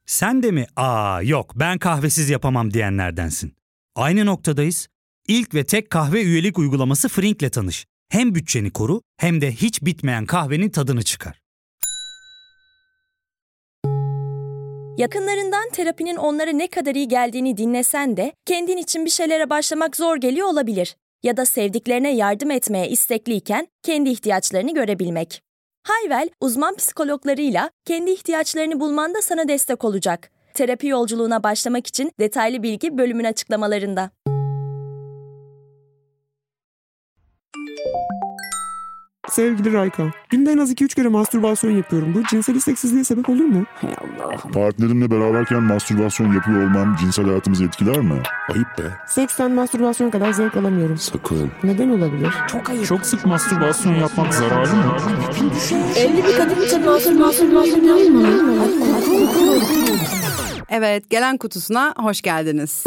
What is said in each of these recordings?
Sen de mi yok ben kahvesiz yapamam diyenlerdensin? Aynı noktadayız. İlk ve tek kahve üyelik uygulaması Frink'le tanış. Hem bütçeni koru hem de hiç bitmeyen kahvenin tadını çıkar. Yakınlarından terapinin onlara ne kadar iyi geldiğini dinlesen de kendin için bir şeylere başlamak zor geliyor olabilir. Ya da sevdiklerine yardım etmeye istekliyken kendi ihtiyaçlarını görebilmek. Hayvel, uzman psikologlarıyla kendi ihtiyaçlarını bulmanda sana destek olacak. Terapi yolculuğuna başlamak için detaylı bilgi bölümün açıklamalarında. Sevgili Rayka, günde en az 2-3 kere mastürbasyon yapıyorum. Bu cinsel isteksizliğe sebep olur mu? Hay Allah. Partnerimle beraberken mastürbasyon yapıyor olmam cinsel hayatımızı etkiler mi? Ayıp be. Seksten mastürbasyon kadar zevk alamıyorum. Sakın. Neden olabilir? Çok ayıp. Çok sık mastürbasyon yapmak zararlı mı? Evli bir kadın için mastürbasyon yapılmalı. Evet, gelen kutusuna hoş geldiniz.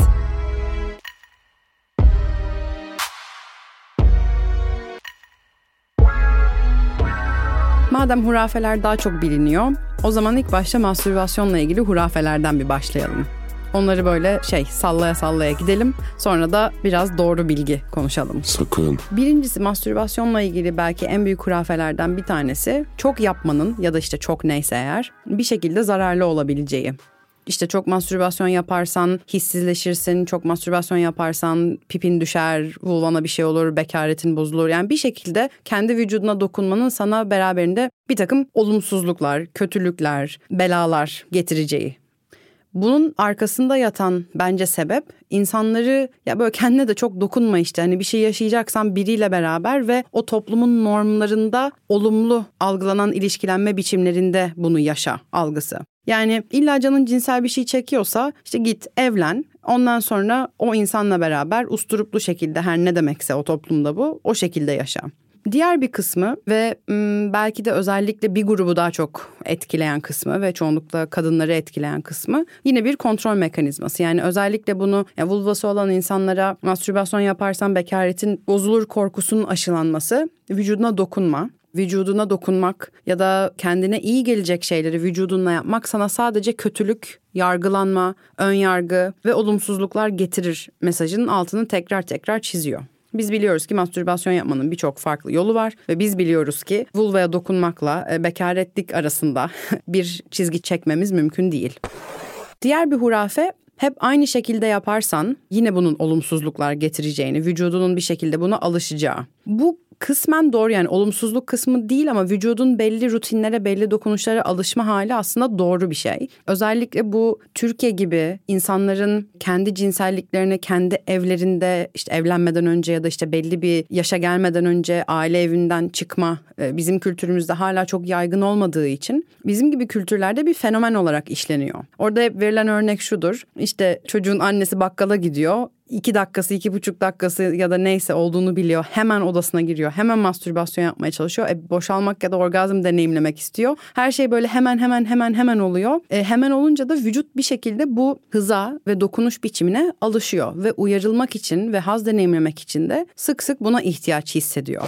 Madem hurafeler daha çok biliniyor, o zaman ilk başta mastürbasyonla ilgili hurafelerden bir başlayalım. Onları böyle sallaya sallaya gidelim, sonra da biraz doğru bilgi konuşalım. Sakın. Birincisi, mastürbasyonla ilgili belki en büyük hurafelerden bir tanesi, çok yapmanın ya da çok neyse eğer bir şekilde zararlı olabileceği. Çok mastürbasyon yaparsan hissizleşirsin, çok mastürbasyon yaparsan pipin düşer, vulvana bir şey olur, bekaretin bozulur. Yani bir şekilde kendi vücuduna dokunmanın sana beraberinde bir takım olumsuzluklar, kötülükler, belalar getireceği. Bunun arkasında yatan bence sebep insanları böyle kendine de çok dokunma bir şey yaşayacaksan biriyle beraber ve o toplumun normlarında olumlu algılanan ilişkilenme biçimlerinde bunu yaşa algısı. Yani illa canın cinsel bir şey çekiyorsa git evlen, ondan sonra o insanla beraber usturuplu şekilde her ne demekse o toplumda bu o şekilde yaşa. Diğer bir kısmı ve belki de özellikle bir grubu daha çok etkileyen kısmı ve çoğunlukla kadınları etkileyen kısmı yine bir kontrol mekanizması. Yani özellikle bunu vulvası olan insanlara mastürbasyon yaparsan bekaretin bozulur korkusunun aşılanması, vücuduna dokunma. Vücuduna dokunmak ya da kendine iyi gelecek şeyleri vücudunla yapmak sana sadece kötülük, yargılanma, ön yargı ve olumsuzluklar getirir mesajının altını tekrar tekrar çiziyor. Biz biliyoruz ki mastürbasyon yapmanın birçok farklı yolu var ve biz biliyoruz ki vulvaya dokunmakla bekaretlik arasında bir çizgi çekmemiz mümkün değil. Diğer bir hurafe, hep aynı şekilde yaparsan yine bunun olumsuzluklar getireceğini, vücudunun bir şekilde buna alışacağı. Bu kısmen doğru, yani olumsuzluk kısmı değil ama vücudun belli rutinlere, belli dokunuşlara alışma hali aslında doğru bir şey. Özellikle bu Türkiye gibi insanların kendi cinselliklerini kendi evlerinde evlenmeden önce ya da belli bir yaşa gelmeden önce aile evinden çıkma bizim kültürümüzde hala çok yaygın olmadığı için bizim gibi kültürlerde bir fenomen olarak işleniyor. Orada hep verilen örnek şudur: çocuğun annesi bakkala gidiyor. 2 dakikası, 2,5 dakikası ya da neyse olduğunu biliyor. Hemen odasına giriyor. Hemen mastürbasyon yapmaya çalışıyor. Boşalmak ya da orgazm deneyimlemek istiyor. Her şey böyle hemen oluyor. Hemen olunca da vücut bir şekilde bu hıza ve dokunuş biçimine alışıyor. Ve uyarılmak için ve haz deneyimlemek için de sık sık buna ihtiyaç hissediyor.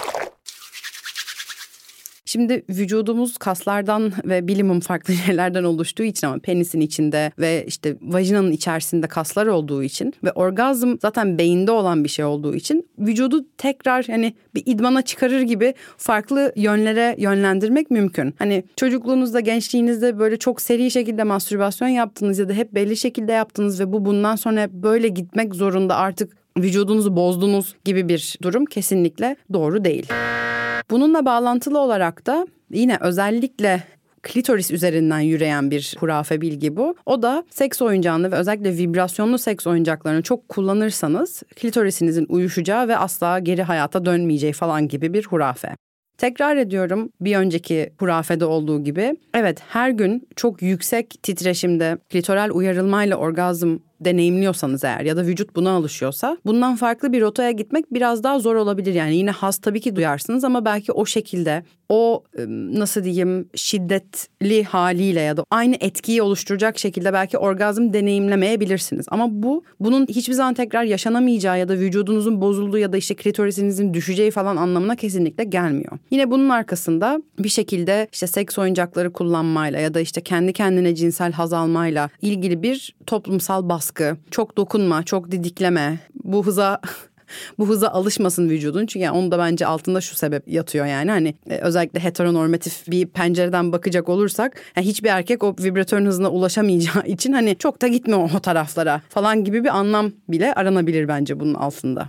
Şimdi vücudumuz kaslardan ve bilimum farklı şeylerden oluştuğu için ama penisin içinde ve vajinanın içerisinde kaslar olduğu için ve orgazm zaten beyinde olan bir şey olduğu için vücudu tekrar bir idmana çıkarır gibi farklı yönlere yönlendirmek mümkün. Çocukluğunuzda, gençliğinizde böyle çok seri şekilde mastürbasyon yaptınız ya da hep belli şekilde yaptınız ve bu bundan sonra hep böyle gitmek zorunda, artık vücudunuzu bozdunuz gibi bir durum kesinlikle doğru değil. Bununla bağlantılı olarak da yine özellikle klitoris üzerinden yürüyen bir hurafe bilgi bu. O da seks oyuncağını ve özellikle vibrasyonlu seks oyuncaklarını çok kullanırsanız klitorisinizin uyuşacağı ve asla geri hayata dönmeyeceği falan gibi bir hurafe. Tekrar ediyorum, bir önceki hurafede olduğu gibi evet, her gün çok yüksek titreşimde klitoral uyarılmayla orgazm deneyimliyorsanız eğer ya da vücut buna alışıyorsa bundan farklı bir rotaya gitmek biraz daha zor olabilir. Yani yine haz tabii ki duyarsınız ama belki o şekilde o nasıl diyeyim şiddetli haliyle ya da aynı etkiyi oluşturacak şekilde belki orgazm deneyimlemeyebilirsiniz. Ama bunun hiçbir zaman tekrar yaşanamayacağı ya da vücudunuzun bozulduğu ya da işte klitorisinizin düşeceği falan anlamına kesinlikle gelmiyor. Yine bunun arkasında bir şekilde işte seks oyuncakları kullanmayla ya da işte kendi kendine cinsel haz almayla ilgili bir toplumsal baskı, çok dokunma, çok didikleme, bu hıza alışmasın vücudun. Çünkü yani onun da bence altında şu sebep yatıyor yani. Hani özellikle heteronormatif bir pencereden bakacak olursak yani hiçbir erkek o vibratörün hızına ulaşamayacağı için hani çok da gitme o taraflara falan gibi bir anlam bile aranabilir bence bunun altında.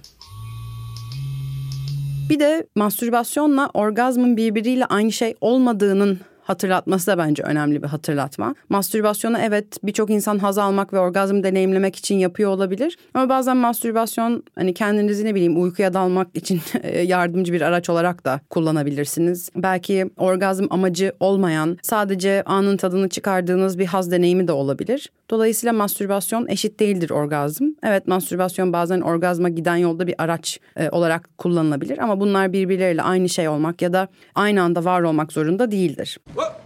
Bir de mastürbasyonla orgazmın birbiriyle aynı şey olmadığının hatırlatması da bence önemli bir hatırlatma. Mastürbasyonu evet birçok insan haz almak ve orgazm deneyimlemek için yapıyor olabilir. Ama bazen mastürbasyon hani kendinizi ne bileyim uykuya dalmak için yardımcı bir araç olarak da kullanabilirsiniz. Belki orgazm amacı olmayan sadece anın tadını çıkardığınız bir haz deneyimi de olabilir. Dolayısıyla mastürbasyon eşit değildir orgazm. Evet mastürbasyon bazen orgazma giden yolda bir araç olarak kullanılabilir. Ama bunlar birbirleriyle aynı şey olmak ya da aynı anda var olmak zorunda değildir.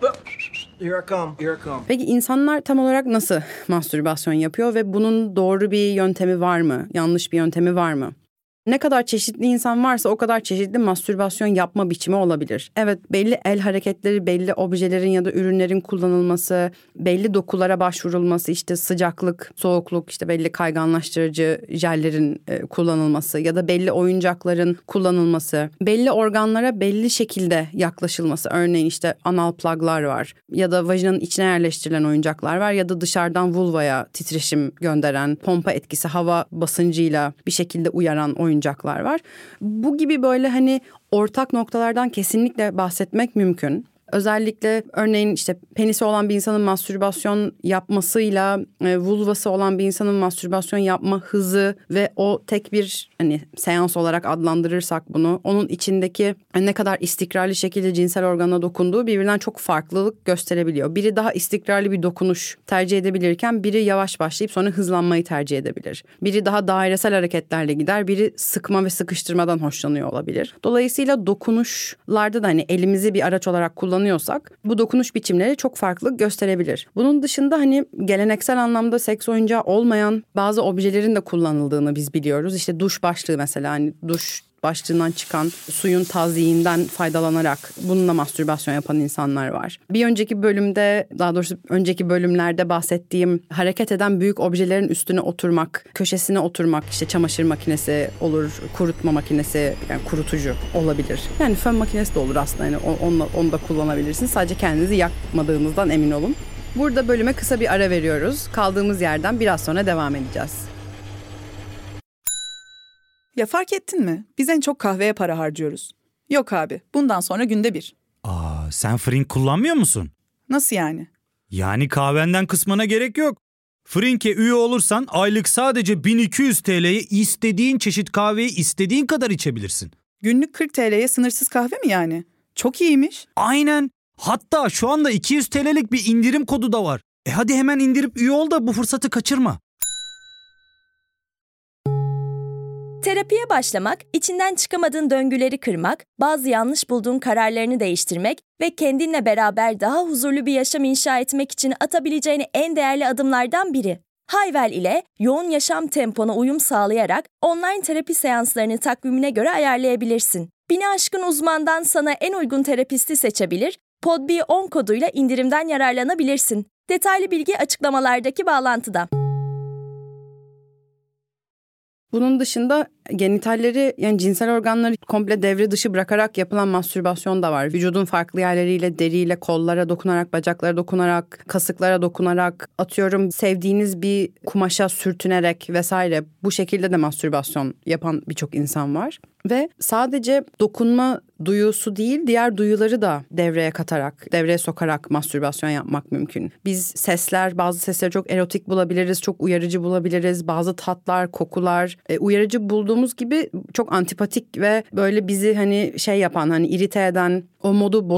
Here I come, here I come. Peki insanlar tam olarak nasıl mastürbasyon yapıyor ve bunun doğru bir yöntemi var mı? Yanlış bir yöntemi var mı? Ne kadar çeşitli insan varsa o kadar çeşitli mastürbasyon yapma biçimi olabilir. Evet belli el hareketleri, belli objelerin ya da ürünlerin kullanılması, belli dokulara başvurulması, işte sıcaklık, soğukluk, işte belli kayganlaştırıcı jellerin kullanılması ya da belli oyuncakların kullanılması, belli organlara belli şekilde yaklaşılması. Örneğin işte anal pluglar var ya da vajinanın içine yerleştirilen oyuncaklar var ya da dışarıdan vulvaya titreşim gönderen, pompa etkisi, hava basıncıyla bir şekilde uyaran oyuncaklar var. Bu gibi böyle hani ortak noktalardan kesinlikle bahsetmek mümkün. Özellikle örneğin işte penisi olan bir insanın mastürbasyon yapmasıyla vulvası olan bir insanın mastürbasyon yapma hızı ve o tek bir hani seans olarak adlandırırsak bunu onun içindeki ne kadar istikrarlı şekilde cinsel organa dokunduğu birbirinden çok farklılık gösterebiliyor. Biri daha istikrarlı bir dokunuş tercih edebilirken biri yavaş başlayıp sonra hızlanmayı tercih edebilir. Biri daha dairesel hareketlerle gider, biri sıkma ve sıkıştırmadan hoşlanıyor olabilir. Dolayısıyla dokunuşlarda da hani elimizi bir araç olarak kullanıyorsak bu dokunuş biçimleri çok farklı gösterebilir. Bunun dışında hani geleneksel anlamda seks oyuncağı olmayan bazı objelerin de kullanıldığını biz biliyoruz. İşte duş başlığı mesela hani duş başlığından çıkan suyun tazyiğinden faydalanarak bununla mastürbasyon yapan insanlar var. Bir önceki bölümde, daha doğrusu önceki bölümlerde bahsettiğim hareket eden büyük objelerin üstüne oturmak, köşesine oturmak, işte çamaşır makinesi olur, kurutma makinesi, yani kurutucu olabilir. Yani fön makinesi de olur aslında. Yani onu da kullanabilirsiniz. Sadece kendinizi yakmadığınızdan emin olun. Burada bölüme kısa bir ara veriyoruz. Kaldığımız yerden biraz sonra devam edeceğiz. Ya fark ettin mi? Biz en çok kahveye para harcıyoruz. Yok abi, bundan sonra günde bir. Sen Frink kullanmıyor musun? Nasıl yani? Yani kahvenden kısmına gerek yok. Frink'e üye olursan aylık sadece 1200 TL'ye istediğin çeşit kahveyi istediğin kadar içebilirsin. Günlük 40 TL'ye sınırsız kahve mi yani? Çok iyiymiş. Aynen. Hatta şu anda 200 TL'lik bir indirim kodu da var. Hadi hemen indirip üye ol da bu fırsatı kaçırma. Terapiye başlamak, içinden çıkamadığın döngüleri kırmak, bazı yanlış bulduğun kararlarını değiştirmek ve kendinle beraber daha huzurlu bir yaşam inşa etmek için atabileceğin en değerli adımlardan biri. Hayvel ile yoğun yaşam tempona uyum sağlayarak online terapi seanslarını takvimine göre ayarlayabilirsin. 1000'i aşkın uzmandan sana en uygun terapisti seçebilir, PODB10 koduyla indirimden yararlanabilirsin. Detaylı bilgi açıklamalardaki bağlantıda. Bunun dışında genitalleri yani cinsel organları komple devre dışı bırakarak yapılan mastürbasyon da var. Vücudun farklı yerleriyle, deriyle, kollara dokunarak, bacaklara dokunarak, kasıklara dokunarak, atıyorum sevdiğiniz bir kumaşa sürtünerek vesaire bu şekilde de mastürbasyon yapan birçok insan var. Ve sadece dokunma duyusu değil diğer duyuları da devreye sokarak mastürbasyon yapmak mümkün. Biz bazı sesleri çok erotik bulabiliriz, çok uyarıcı bulabiliriz. Bazı tatlar, kokular uyarıcı bulduğumuz gibi çok antipatik ve böyle bizi hani şey yapan, hani irite eden, o modu bozan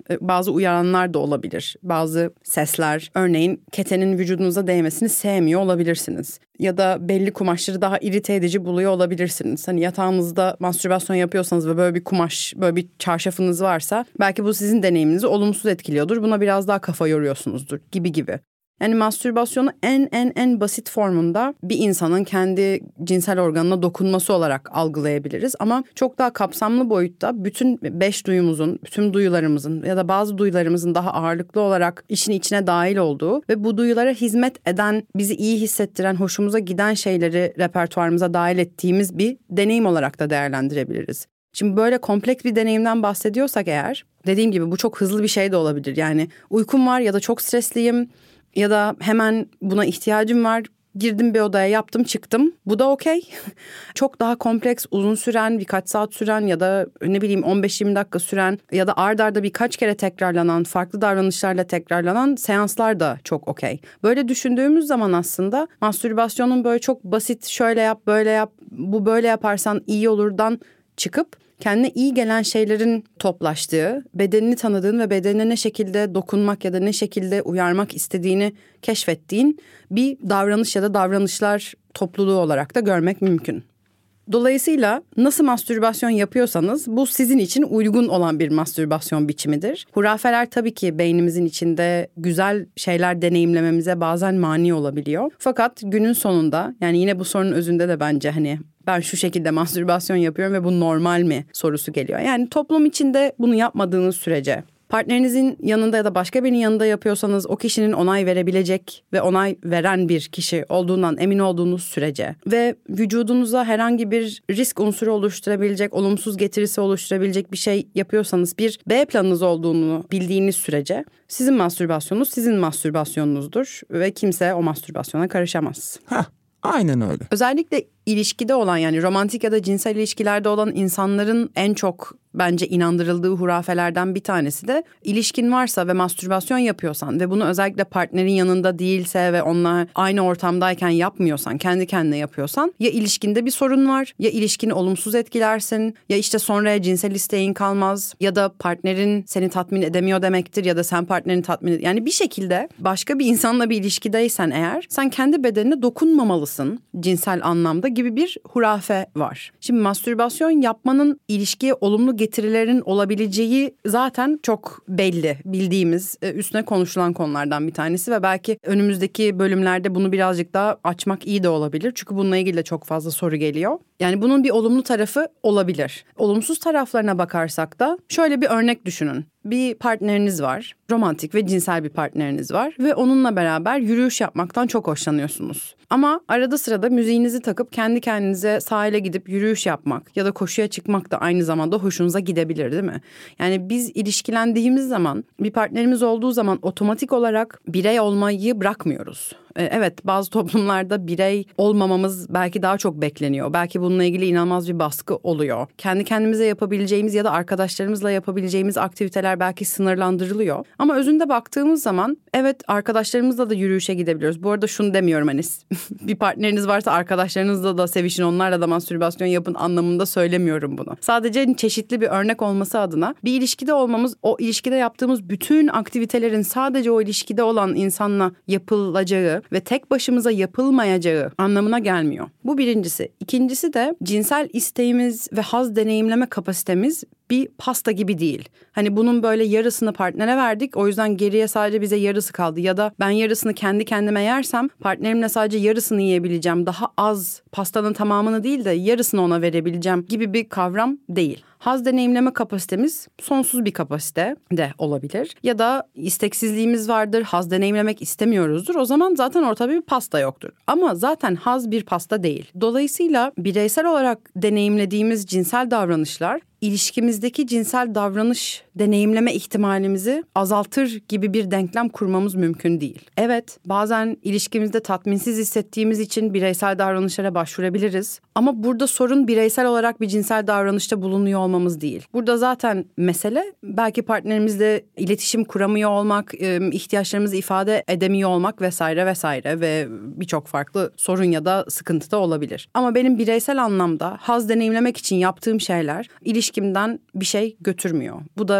Bazı uyaranlar da olabilir. Bazı sesler, örneğin ketenin vücudunuza değmesini sevmiyor olabilirsiniz. Ya da belli kumaşları daha irite edici buluyor olabilirsiniz. Hani yatağınızda mastürbasyon yapıyorsanız ve böyle bir kumaş, böyle bir çarşafınız varsa belki bu sizin deneyiminizi olumsuz etkiliyordur. Buna biraz daha kafa yoruyorsunuzdur gibi. Yani mastürbasyonu en basit formunda bir insanın kendi cinsel organına dokunması olarak algılayabiliriz. Ama çok daha kapsamlı boyutta bütün 5 duyumuzun, bütün duyularımızın ya da bazı duyularımızın daha ağırlıklı olarak işin içine dahil olduğu ve bu duyulara hizmet eden, bizi iyi hissettiren, hoşumuza giden şeyleri repertuarımıza dahil ettiğimiz bir deneyim olarak da değerlendirebiliriz. Şimdi böyle kompleks bir deneyimden bahsediyorsak eğer, dediğim gibi bu çok hızlı bir şey de olabilir. Yani uykum var ya da çok stresliyim ya da hemen buna ihtiyacım var. Girdim bir odaya, yaptım, çıktım. Bu da okey. Çok daha kompleks, uzun süren, birkaç saat süren ya da 15-20 dakika süren ya da ard arda birkaç kere tekrarlanan, farklı davranışlarla tekrarlanan seanslar da çok okey. Böyle düşündüğümüz zaman aslında mastürbasyonun böyle çok basit, şöyle yap, böyle yap, bu böyle yaparsan iyi olurdan çıkıp kendine iyi gelen şeylerin toplaştığı, bedenini tanıdığın ve bedenine ne şekilde dokunmak ya da ne şekilde uyarmak istediğini keşfettiğin bir davranış ya da davranışlar topluluğu olarak da görmek mümkün. Dolayısıyla nasıl mastürbasyon yapıyorsanız bu sizin için uygun olan bir mastürbasyon biçimidir. Hurafeler tabii ki beynimizin içinde güzel şeyler deneyimlememize bazen mani olabiliyor. Fakat günün sonunda, yani yine bu sorunun özünde de bence hani ben şu şekilde mastürbasyon yapıyorum ve bu normal mi sorusu geliyor. Yani toplum içinde bunu yapmadığınız sürece, partnerinizin yanında ya da başka birinin yanında yapıyorsanız o kişinin onay verebilecek ve onay veren bir kişi olduğundan emin olduğunuz sürece ve vücudunuza herhangi bir risk unsuru oluşturabilecek, olumsuz getirisi oluşturabilecek bir şey yapıyorsanız, bir B planınız olduğunu bildiğiniz sürece sizin mastürbasyonunuz sizin mastürbasyonunuzdur ve kimse o mastürbasyona karışamaz. Aynen öyle. Özellikle ilişkide olan, yani romantik ya da cinsel ilişkilerde olan insanların en çok bence inandırıldığı hurafelerden bir tanesi de ilişkin varsa ve mastürbasyon yapıyorsan ve bunu özellikle partnerin yanında değilse ve onlar aynı ortamdayken yapmıyorsan, kendi kendine yapıyorsan ya ilişkinde bir sorun var, ya ilişkini olumsuz etkilersin, ya işte sonraya cinsel isteğin kalmaz ya da partnerin seni tatmin edemiyor demektir ya da sen partnerini tatmin yani bir şekilde başka bir insanla bir ilişkideysen eğer sen kendi bedenine dokunmamalısın cinsel anlamda gibi bir hurafe var. Şimdi mastürbasyon yapmanın ilişkiye olumlu getirilerin olabileceği zaten çok belli, bildiğimiz, üstüne konuşulan konulardan bir tanesi ve belki önümüzdeki bölümlerde bunu birazcık daha açmak iyi de olabilir. Çünkü bununla ilgili de çok fazla soru geliyor. Yani bunun bir olumlu tarafı olabilir. Olumsuz taraflarına bakarsak da şöyle bir örnek düşünün. Bir partneriniz var, romantik ve cinsel bir partneriniz var ve onunla beraber yürüyüş yapmaktan çok hoşlanıyorsunuz. Ama arada sırada müziğinizi takıp kendi kendinize sahile gidip yürüyüş yapmak ya da koşuya çıkmak da aynı zamanda hoşunuza gidebilir, değil mi? Yani biz ilişkilendiğimiz zaman, bir partnerimiz olduğu zaman otomatik olarak birey olmayı bırakmıyoruz. Evet, bazı toplumlarda birey olmamamız belki daha çok bekleniyor. Belki bununla ilgili inanılmaz bir baskı oluyor. Kendi kendimize yapabileceğimiz ya da arkadaşlarımızla yapabileceğimiz aktiviteler belki sınırlandırılıyor. Ama özünde baktığımız zaman evet, arkadaşlarımızla da yürüyüşe gidebiliyoruz. Bu arada şunu demiyorum, hani bir partneriniz varsa arkadaşlarınızla da sevişin, onlarla da mastürbasyon yapın anlamında söylemiyorum bunu. Sadece çeşitli bir örnek olması adına bir ilişkide olmamız, o ilişkide yaptığımız bütün aktivitelerin sadece o ilişkide olan insanla yapılacağı ve tek başımıza yapılmayacağı anlamına gelmiyor. Bu birincisi. İkincisi de cinsel isteğimiz ve haz deneyimleme kapasitemiz bir pasta gibi değil. Hani bunun böyle yarısını partnere verdik, o yüzden geriye sadece bize yarısı kaldı. Ya da ben yarısını kendi kendime yersem partnerimle sadece yarısını yiyebileceğim. Daha az, pastanın tamamını değil de yarısını ona verebileceğim gibi bir kavram değil. Haz deneyimleme kapasitemiz sonsuz bir kapasite de olabilir. Ya da isteksizliğimiz vardır, haz deneyimlemek istemiyoruzdur. O zaman zaten ortada bir pasta yoktur. Ama zaten haz bir pasta değil. Dolayısıyla bireysel olarak deneyimlediğimiz cinsel davranışlar ilişkimizdeki cinsel davranış deneyimleme ihtimalimizi azaltır gibi bir denklem kurmamız mümkün değil. Evet, bazen ilişkimizde tatminsiz hissettiğimiz için bireysel davranışlara başvurabiliriz. Ama burada sorun bireysel olarak bir cinsel davranışta bulunuyor olmamız değil. Burada zaten mesele belki partnerimizle iletişim kuramıyor olmak, ihtiyaçlarımızı ifade edemiyor olmak vesaire vesaire ve birçok farklı sorun ya da sıkıntı da olabilir. Ama benim bireysel anlamda haz deneyimlemek için yaptığım şeyler ilişkimden bir şey götürmüyor. Bu da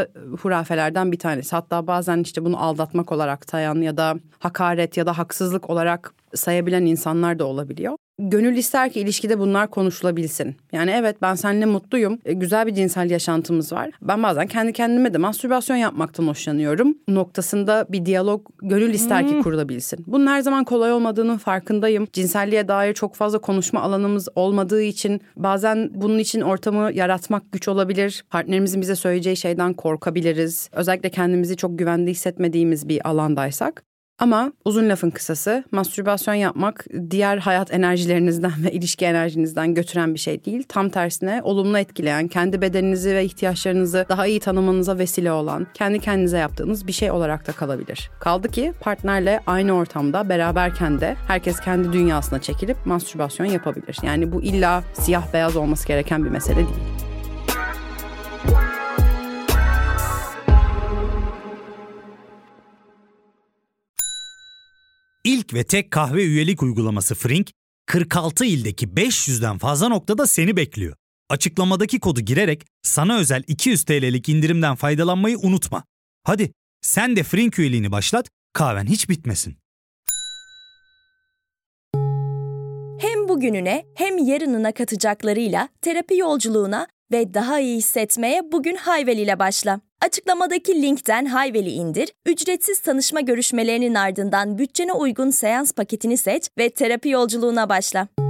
da hurafelerden bir tanesi. Hatta bazen işte bunu aldatmak olarak sayan ya da hakaret ya da haksızlık olarak sayabilen insanlar da olabiliyor. Gönül ister ki ilişkide bunlar konuşulabilsin. Yani evet, ben seninle mutluyum. Güzel bir cinsel yaşantımız var. Ben bazen kendi kendime de mastürbasyon yapmaktan hoşlanıyorum noktasında bir diyalog gönül ister ki kurulabilsin. Bunun her zaman kolay olmadığının farkındayım. Cinselliğe dair çok fazla konuşma alanımız olmadığı için bazen bunun için ortamı yaratmak güç olabilir. Partnerimizin bize söyleyeceği şeyden korkabiliriz. Özellikle kendimizi çok güvende hissetmediğimiz bir alandaysak. Ama uzun lafın kısası, mastürbasyon yapmak diğer hayat enerjilerinizden ve ilişki enerjinizden götüren bir şey değil. Tam tersine olumlu etkileyen, kendi bedeninizi ve ihtiyaçlarınızı daha iyi tanımanıza vesile olan, kendi kendinize yaptığınız bir şey olarak da kalabilir. Kaldı ki partnerle aynı ortamda beraberken de herkes kendi dünyasına çekilip mastürbasyon yapabilir. Yani bu illa siyah beyaz olması gereken bir mesele değil. İlk ve tek kahve üyelik uygulaması Frink, 46 ildeki 500'den fazla noktada seni bekliyor. Açıklamadaki kodu girerek sana özel 200 TL'lik indirimden faydalanmayı unutma. Hadi sen de Frink üyeliğini başlat, kahven hiç bitmesin. Hem bugününe hem yarınına katacaklarıyla terapi yolculuğuna ve daha iyi hissetmeye bugün Hayvel ile başla. Açıklamadaki linkten Hayvel'i indir, ücretsiz tanışma görüşmelerinin ardından bütçene uygun seans paketini seç ve terapi yolculuğuna başla.